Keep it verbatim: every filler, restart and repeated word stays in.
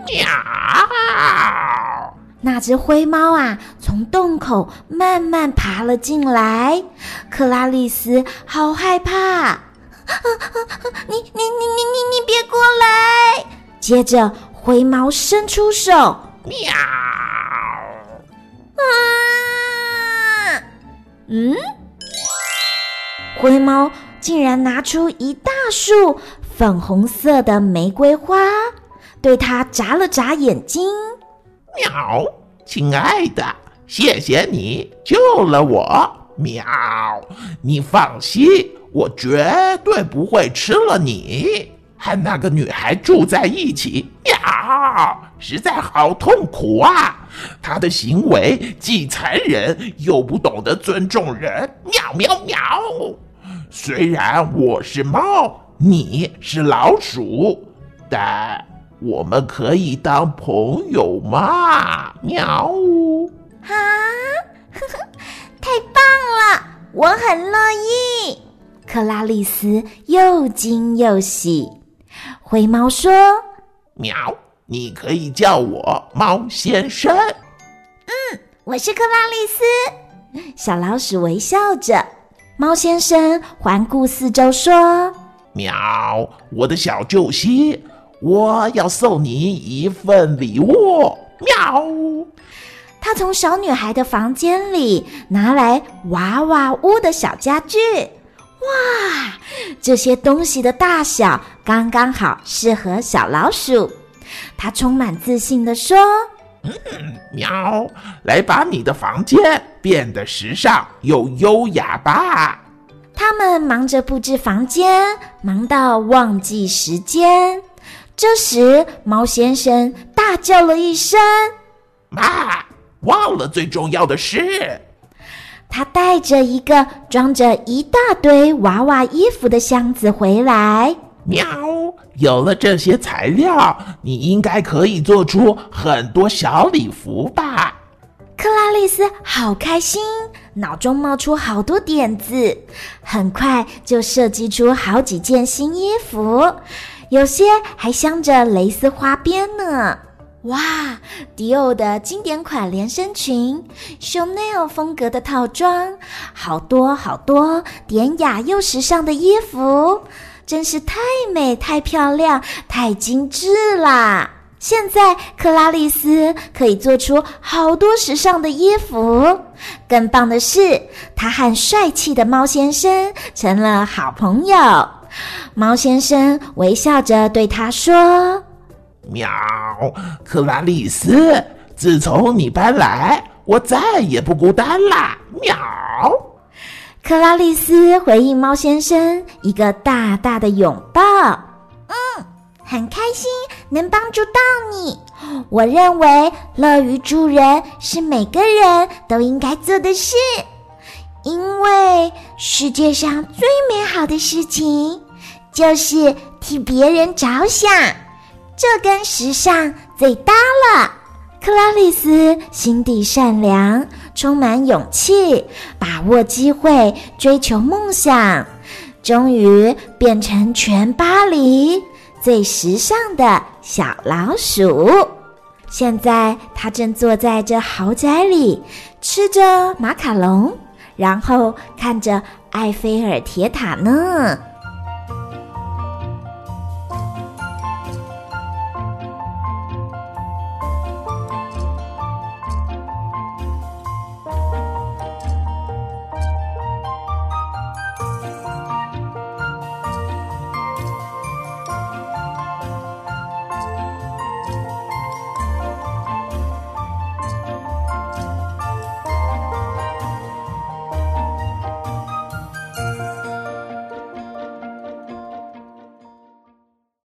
喵！ 那只灰猫啊，从洞口慢慢爬了进来。克拉丽丝好害怕，你你你你你你别过来！接着，灰猫伸出手， 喵！ 啊，嗯，灰猫竟然拿出一大束粉红色的玫瑰花，对它眨了眨眼睛。 喵，亲爱的，谢谢你救了我。喵，你放心，我绝对不会吃了你。和那个女孩住在一起，喵，实在好痛苦啊！她的行为既残忍又不懂得尊重人。喵喵喵！虽然我是猫，你是老鼠，但我们可以当朋友吗？喵！ 啊，呵呵，太棒了，我很乐意。克拉丽丝又惊又喜。灰猫说： 喵，你可以叫我猫先生。 嗯，我是克拉丽丝。小老鼠微笑着。猫先生环顾四周说： 喵，我的小救星，我要送你一份礼物。喵！ 他从小女孩的房间里拿来娃娃屋的小家具。哇，这些东西的大小刚刚好适合小老鼠。他充满自信地说： 嗯，喵，来把你的房间变得时尚又优雅吧。 他们忙着布置房间，忙到忘记时间。这时，猫先生大叫了一声： 妈，忘了最重要的事。 他带着一个装着一大堆娃娃衣服的箱子回来。 喵，有了这些材料，你应该可以做出很多小礼服吧？ 克拉丽丝好开心，脑中冒出好多点子，很快就设计出好几件新衣服，有些还镶着蕾丝花边呢。哇，迪奥的经典款连身裙， Chanel 风格的套装，好多好多典雅又时尚的衣服，真是太美太漂亮太精致啦！现在克拉丽丝可以做出好多时尚的衣服，更棒的是，她和帅气的猫先生成了好朋友。猫先生微笑着对她说： 喵，克拉丽丝，自从你搬来，我再也不孤单啦！喵。 克拉丽丝回应猫先生一个大大的拥抱。嗯，很开心能帮助到你。我认为乐于助人是每个人都应该做的事，因为世界上最美好的事情就是替别人着想，这跟时尚最搭了。克拉丽丝心地善良，充满勇气，把握机会，追求梦想，终于变成全巴黎最时尚的小老鼠。现在她正坐在这豪宅里，吃着马卡龙，然后看着埃菲尔铁塔呢。